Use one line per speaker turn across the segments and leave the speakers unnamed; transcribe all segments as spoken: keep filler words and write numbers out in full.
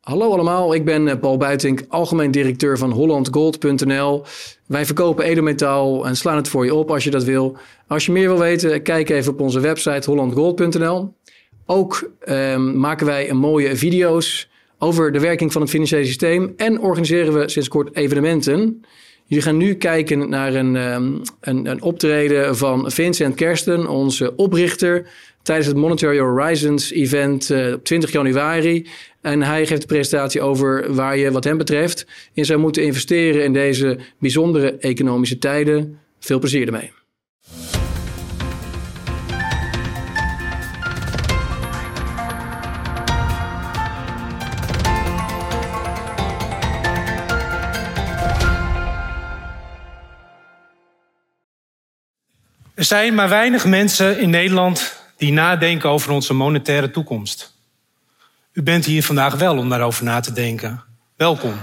Hallo allemaal, ik ben Paul Buitink, algemeen directeur van holland gold punt n l. Wij verkopen edelmetaal en slaan het voor je op als je dat wil. Als je meer wil weten, kijk even op onze website holland gold punt n l. Ook eh, maken wij een mooie video's over de werking van het financiële systeem en organiseren we sinds kort evenementen. Jullie gaan nu kijken naar een, um, een, een optreden van Vincent Kersten, onze oprichter, tijdens het Monetary Horizons event uh, op twintig januari. En hij geeft een presentatie over waar je wat hem betreft in zou moeten investeren in deze bijzondere economische tijden. Veel plezier ermee.
Er zijn maar weinig mensen in Nederland die nadenken over onze monetaire toekomst. U bent hier vandaag wel om daarover na te denken. Welkom.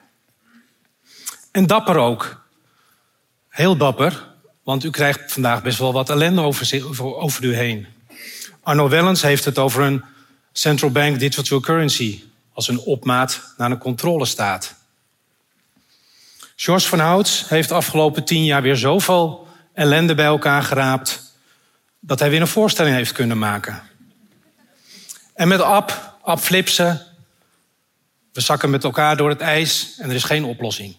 En dapper ook. Heel dapper, want u krijgt vandaag best wel wat ellende over, over u heen. Arno Wellens heeft het over een central bank digital currency als een opmaat naar een controlestaat. George van Houts heeft de afgelopen tien jaar weer zoveel ellende bij elkaar geraapt dat hij weer een voorstelling heeft kunnen maken. En met Ab, Ab Flipsen, we zakken met elkaar door het ijs en er is geen oplossing.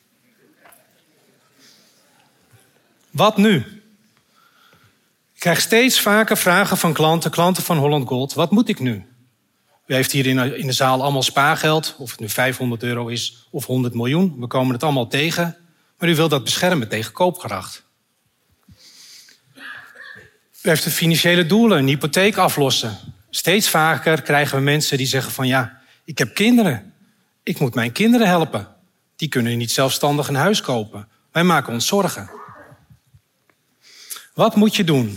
Wat nu? Ik krijg steeds vaker vragen van klanten, klanten van Holland Gold. Wat moet ik nu? U heeft hier in de zaal allemaal spaargeld, of het nu vijfhonderd euro is of honderd miljoen. We komen het allemaal tegen, maar u wilt dat beschermen tegen koopkracht. U heeft de financiële doelen, een hypotheek aflossen. Steeds vaker krijgen we mensen die zeggen van ja, ik heb kinderen. Ik moet mijn kinderen helpen. Die kunnen niet zelfstandig een huis kopen. Wij maken ons zorgen. Wat moet je doen?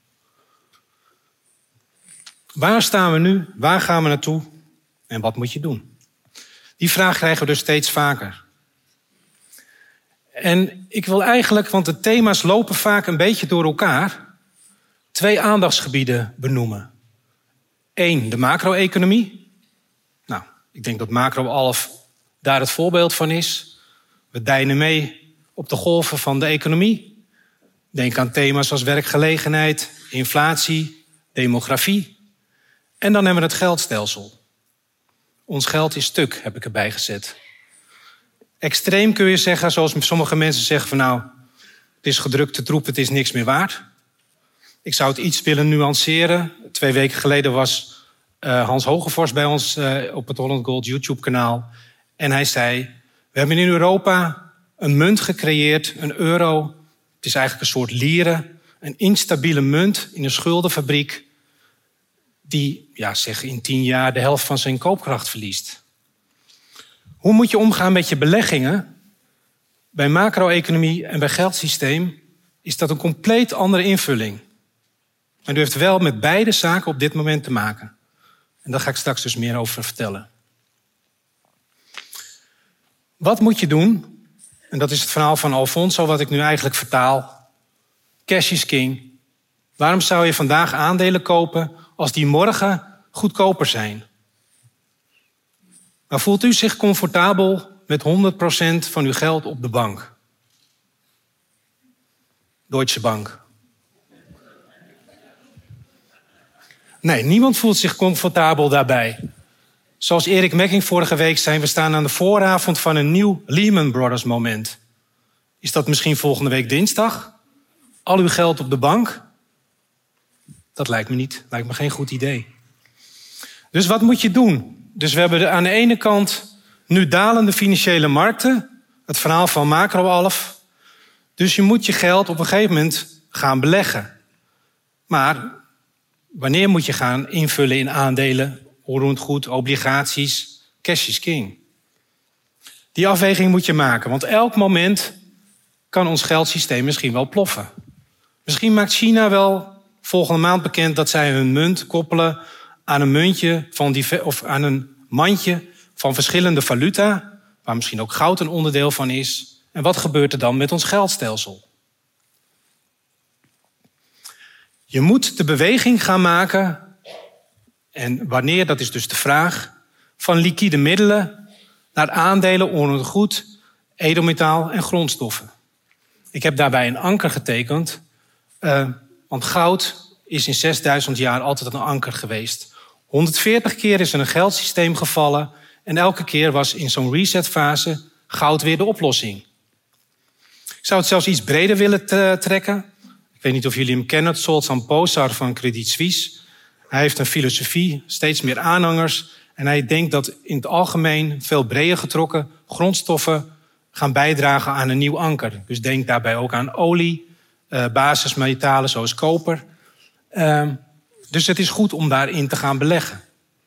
Waar staan we nu? Waar gaan we naartoe? En wat moet je doen? Die vraag krijgen we dus steeds vaker. En ik wil eigenlijk, want de thema's lopen vaak een beetje door elkaar, twee aandachtsgebieden benoemen. Eén, de macro-economie. Nou, ik denk dat macro-alf daar het voorbeeld van is. We deinen mee op de golven van de economie. Denk aan thema's als werkgelegenheid, inflatie, demografie. En dan hebben we het geldstelsel. Ons geld is stuk, heb ik erbij gezet. Extreem kun je zeggen, zoals sommige mensen zeggen van nou, het is gedrukte troep, het is niks meer waard. Ik zou het iets willen nuanceren. Twee weken geleden was uh, Hans Hogevorst bij ons uh, op het Holland Gold YouTube-kanaal. En hij zei, we hebben in Europa een munt gecreëerd, een euro. Het is eigenlijk een soort lieren. Een instabiele munt in een schuldenfabriek die, ja, zeg in tien jaar de helft van zijn koopkracht verliest. Hoe moet je omgaan met je beleggingen? Bij macro-economie en bij geldsysteem is dat een compleet andere invulling. Maar u heeft wel met beide zaken op dit moment te maken. En daar ga ik straks dus meer over vertellen. Wat moet je doen? En dat is het verhaal van Alfonso wat ik nu eigenlijk vertaal. Cash is king. Waarom zou je vandaag aandelen kopen als die morgen goedkoper zijn? Maar voelt u zich comfortabel met honderd procent van uw geld op de bank? Deutsche Bank. Nee, niemand voelt zich comfortabel daarbij. Zoals Erik Mekking vorige week zei, we staan aan de vooravond van een nieuw Lehman Brothers moment. Is dat misschien volgende week dinsdag? Al uw geld op de bank? Dat lijkt me niet, lijkt me geen goed idee. Dus wat moet je doen? Dus we hebben aan de ene kant nu dalende financiële markten. Het verhaal van macro-alf. Dus je moet je geld op een gegeven moment gaan beleggen. Maar wanneer moet je gaan invullen in aandelen, onroerend goed, obligaties? Cash is king. Die afweging moet je maken, want elk moment kan ons geldsysteem misschien wel ploffen. Misschien maakt China wel volgende maand bekend dat zij hun munt koppelen aan een muntje van die, of aan een mandje van verschillende valuta, waar misschien ook goud een onderdeel van is. En wat gebeurt er dan met ons geldstelsel? Je moet de beweging gaan maken. En wanneer, dat is dus de vraag. van liquide middelen naar aandelen, onroerend goed, edelmetaal en grondstoffen. Ik heb daarbij een anker getekend, uh, want goud is in zesduizend jaar altijd een anker geweest. honderdveertig keer is er een geldsysteem gevallen en elke keer was in zo'n resetfase goud weer de oplossing. Ik zou het zelfs iets breder willen trekken. Ik weet niet of jullie hem kennen, Zoltan Pozsar van Credit Suisse. Hij heeft een filosofie, steeds meer aanhangers. En hij denkt dat in het algemeen, veel breder getrokken, grondstoffen gaan bijdragen aan een nieuw anker. Dus denk daarbij ook aan olie, uh, basismetalen zoals koper. Uh, dus het is goed om daarin te gaan beleggen.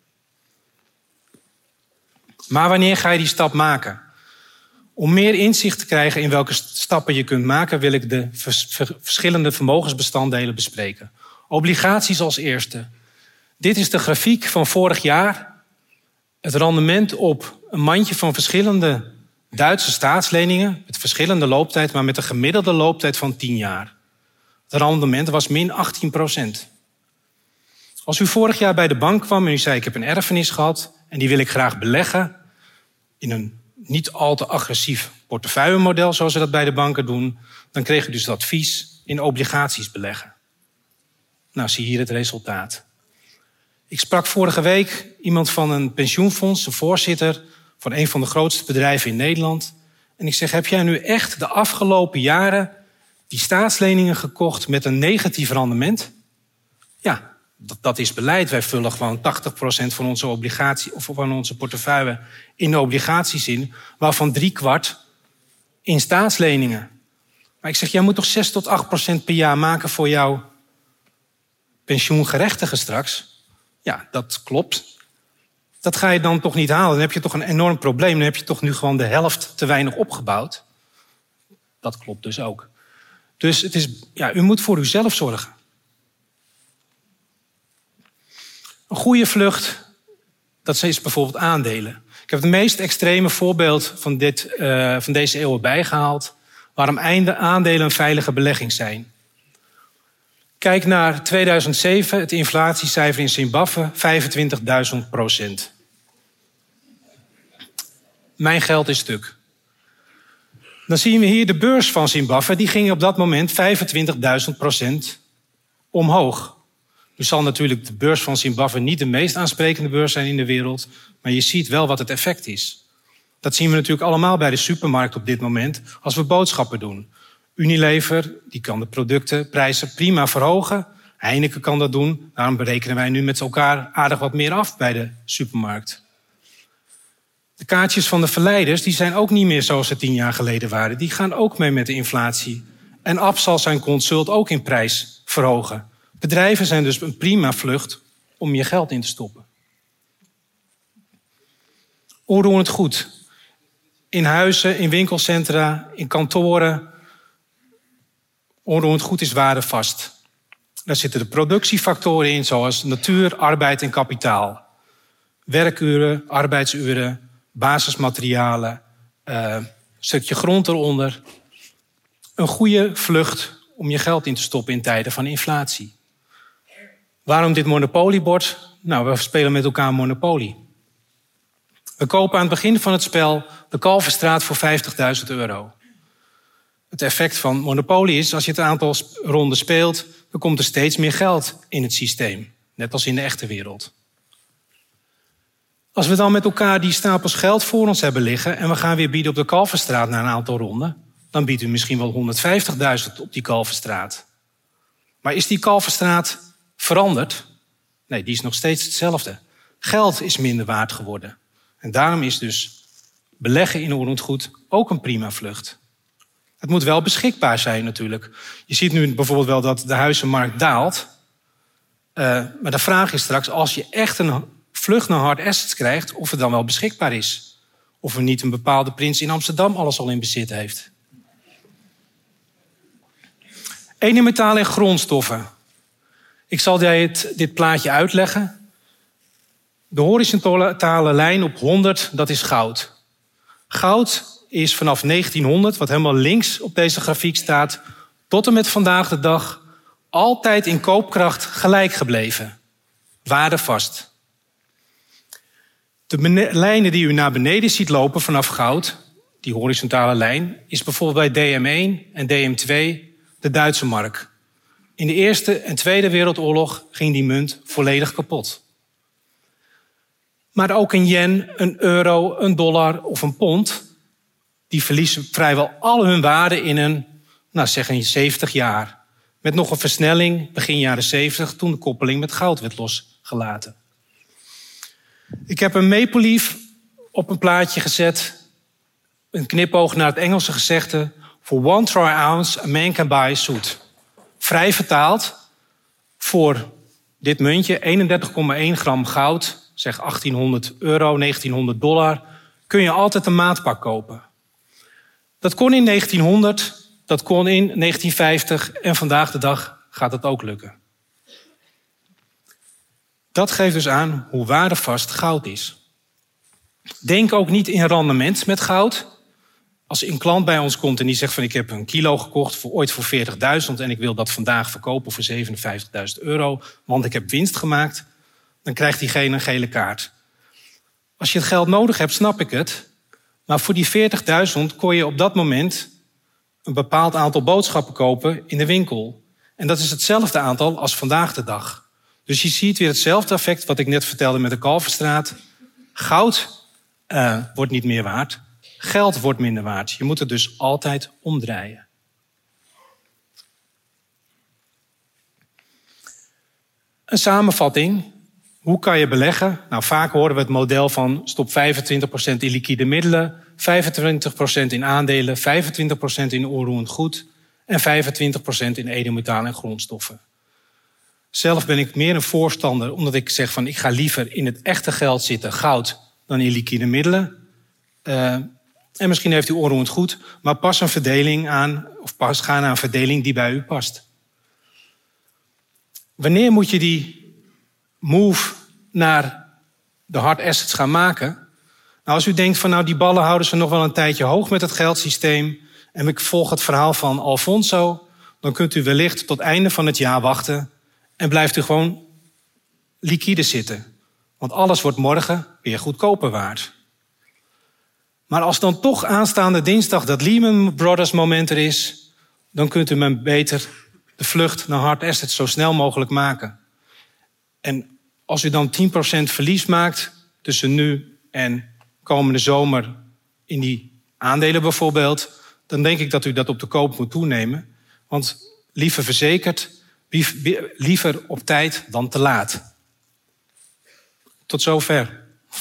Maar wanneer ga je die stap maken? Om meer inzicht te krijgen in welke stappen je kunt maken, wil ik de vers- ver- verschillende vermogensbestanddelen bespreken. Obligaties als eerste. Dit is de grafiek van vorig jaar. Het rendement op een mandje van verschillende Duitse staatsleningen, met verschillende looptijd, maar met een gemiddelde looptijd van tien jaar. Het rendement was min achttien procent. Als u vorig jaar bij de bank kwam en u zei: ik heb een erfenis gehad en die wil ik graag beleggen in een niet al te agressief portefeuillemodel zoals we dat bij de banken doen, dan kreeg u dus het advies in obligaties beleggen. Nou, zie hier het resultaat. Ik sprak vorige week iemand van een pensioenfonds, een voorzitter van een van de grootste bedrijven in Nederland. En ik zeg: heb jij nu echt de afgelopen jaren die staatsleningen gekocht met een negatief rendement? Ja, dat, dat is beleid. Wij vullen gewoon tachtig procent van onze obligatie of van onze portefeuille in de obligaties in, waarvan drie kwart in staatsleningen. Maar ik zeg: jij moet toch zes tot acht procent per jaar maken voor jouw pensioengerechtige straks? Ja, dat klopt. Dat ga je dan toch niet halen. Dan heb je toch een enorm probleem. Dan heb je toch nu gewoon de helft te weinig opgebouwd. Dat klopt dus ook. Dus het is, ja, u moet voor uzelf zorgen. Een goede vlucht, dat is bijvoorbeeld aandelen. Ik heb het meest extreme voorbeeld van, dit, uh, van deze eeuw erbij gehaald, waarom aandelen een veilige belegging zijn. Kijk naar tweeduizend zeven, het inflatiecijfer in Zimbabwe, vijfentwintigduizend procent. Mijn geld is stuk. Dan zien we hier de beurs van Zimbabwe, die ging op dat moment vijfentwintigduizend procent omhoog. Nu zal natuurlijk de beurs van Zimbabwe niet de meest aansprekende beurs zijn in de wereld, maar je ziet wel wat het effect is. Dat zien we natuurlijk allemaal bij de supermarkt op dit moment als we boodschappen doen. Unilever, die kan de productenprijzen prima verhogen. Heineken kan dat doen. Daarom berekenen wij nu met elkaar aardig wat meer af bij de supermarkt. De kaartjes van de verleiders die zijn ook niet meer zoals ze tien jaar geleden waren. Die gaan ook mee met de inflatie. En Ab zal zijn consult ook in prijs verhogen. Bedrijven zijn dus een prima vlucht om je geld in te stoppen. Onroerend goed. In huizen, in winkelcentra, in kantoren. Onroerend goed is waardevast. Daar zitten de productiefactoren in, zoals natuur, arbeid en kapitaal. Werkuren, arbeidsuren, basismaterialen, uh, een stukje grond eronder. Een goede vlucht om je geld in te stoppen in tijden van inflatie. Waarom dit monopoliebord? Nou, we spelen met elkaar Monopoly. We kopen aan het begin van het spel de Kalverstraat voor vijftigduizend euro. Het effect van Monopoly is, als je het aantal ronden speelt, dan komt er steeds meer geld in het systeem. Net als in de echte wereld. Als we dan met elkaar die stapels geld voor ons hebben liggen en we gaan weer bieden op de Kalverstraat na een aantal ronden, dan biedt u misschien wel honderdvijftigduizend op die Kalverstraat. Maar is die Kalverstraat veranderd? Nee, die is nog steeds hetzelfde. Geld is minder waard geworden. En daarom is dus beleggen in onroerend goed ook een prima vlucht. Het moet wel beschikbaar zijn natuurlijk. Je ziet nu bijvoorbeeld wel dat de huizenmarkt daalt. Uh, maar de vraag is straks, als je echt een vlucht naar hard assets krijgt, of het dan wel beschikbaar is. Of er niet een bepaalde prins in Amsterdam alles al in bezit heeft. Edelmetalen en grondstoffen. Ik zal dit, dit plaatje uitleggen. De horizontale lijn op honderd, dat is goud. Goud is vanaf negentienhonderd, wat helemaal links op deze grafiek staat, tot en met vandaag de dag altijd in koopkracht gelijk gebleven. Waardevast. De bene- lijnen die u naar beneden ziet lopen vanaf goud, die horizontale lijn, is bijvoorbeeld bij D M één en D M twee de Duitse mark. In de Eerste en Tweede Wereldoorlog ging die munt volledig kapot. Maar ook een yen, een euro, een dollar of een pond, die verliezen vrijwel al hun waarde in een, nou zeg een zeventig jaar. Met nog een versnelling begin jaren zeventig, toen de koppeling met goud werd losgelaten. Ik heb een maple leaf op een plaatje gezet. Een knipoog naar het Engelse gezegde: For one troy ounce a man can buy a suit. Vrij vertaald, voor dit muntje, eenendertig komma één gram goud, zeg achttienhonderd euro, negentienhonderd dollar, kun je altijd een maatpak kopen. Dat kon in negentienhonderd, dat kon in negentien vijftig en vandaag de dag gaat het ook lukken. Dat geeft dus aan hoe waardevast goud is. Denk ook niet in rendement met goud. Als een klant bij ons komt en die zegt van ik heb een kilo gekocht voor ooit voor veertigduizend en ik wil dat vandaag verkopen voor zevenenvijftigduizend euro, want ik heb winst gemaakt, dan krijgt diegene een gele kaart. Als je het geld nodig hebt, snap ik het. Maar voor die veertigduizend kon je op dat moment een bepaald aantal boodschappen kopen in de winkel. En dat is hetzelfde aantal als vandaag de dag. Dus je ziet weer hetzelfde effect wat ik net vertelde met de Kalverstraat. Goud uh, wordt niet meer waard. Geld wordt minder waard. Je moet het dus altijd omdraaien. Een samenvatting. Hoe kan je beleggen? Nou, vaak horen we het model van stop vijfentwintig procent in liquide middelen, vijfentwintig procent in aandelen, vijfentwintig procent in onroerend goed en vijfentwintig procent in edelmetalen en grondstoffen. Zelf ben ik meer een voorstander, omdat ik zeg van ik ga liever in het echte geld zitten, goud, dan in liquide middelen. Uh, en misschien heeft u onroerend goed, maar pas een verdeling aan, of pas ga naar een verdeling die bij u past. Wanneer moet je die move naar de hard assets gaan maken? Nou, als u denkt van nou die ballen houden ze nog wel een tijdje hoog met het geldsysteem en ik volg het verhaal van Alfonso, dan kunt u wellicht tot het einde van het jaar wachten en blijft u gewoon liquide zitten. Want alles wordt morgen weer goedkoper waard. Maar als dan toch aanstaande dinsdag dat Lehman Brothers moment er is, dan kunt u maar beter de vlucht naar hard assets zo snel mogelijk maken. En als u dan tien procent verlies maakt tussen nu en komende zomer in die aandelen bijvoorbeeld, dan denk ik dat u dat op de koop moet toenemen. Want liever verzekerd, liever op tijd dan te laat. Tot zover.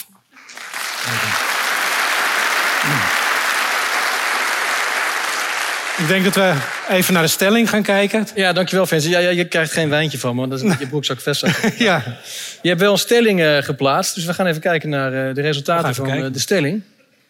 Ik denk dat we even naar de stelling gaan kijken.
Ja, dankjewel Vincent. Ja, ja, je krijgt geen wijntje van me, want dat is met je broekzak vestzak.
Ja.
Je hebt wel een stelling uh, geplaatst, dus we gaan even kijken naar uh, de resultaten van uh, de stelling.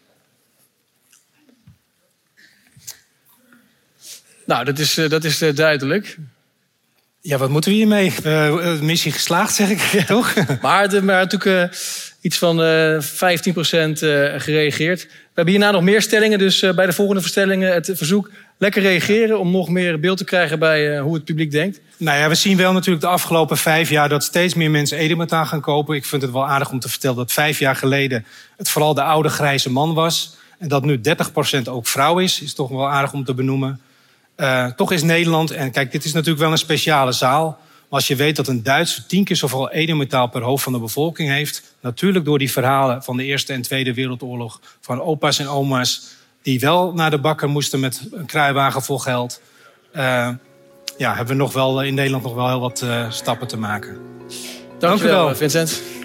Nou, dat is, uh, dat is uh, duidelijk.
Ja, wat moeten we hiermee? Uh, missie geslaagd, zeg ik, ja. Toch?
Maar, de, maar natuurlijk uh, iets van uh, vijftien procent uh, gereageerd. We hebben hierna nog meer stellingen, dus uh, bij de volgende stellingen het verzoek lekker reageren om nog meer beeld te krijgen bij uh, hoe het publiek denkt.
Nou ja, we zien wel natuurlijk de afgelopen vijf jaar dat steeds meer mensen edelmetaal gaan kopen. Ik vind het wel aardig om te vertellen dat vijf jaar geleden het vooral de oude grijze man was. En dat nu dertig procent ook vrouw is, is toch wel aardig om te benoemen. Uh, toch is Nederland, en kijk, dit is natuurlijk wel een speciale zaal. Maar als je weet dat een Duitser tien keer zoveel edelmetaal per hoofd van de bevolking heeft. Natuurlijk door die verhalen van de Eerste en Tweede Wereldoorlog. Van opa's en oma's die wel naar de bakker moesten met een kruiwagen vol geld. Uh, ja, hebben we nog wel in Nederland nog wel heel wat uh, stappen te maken.
Dank, Dank u wel, Vincent.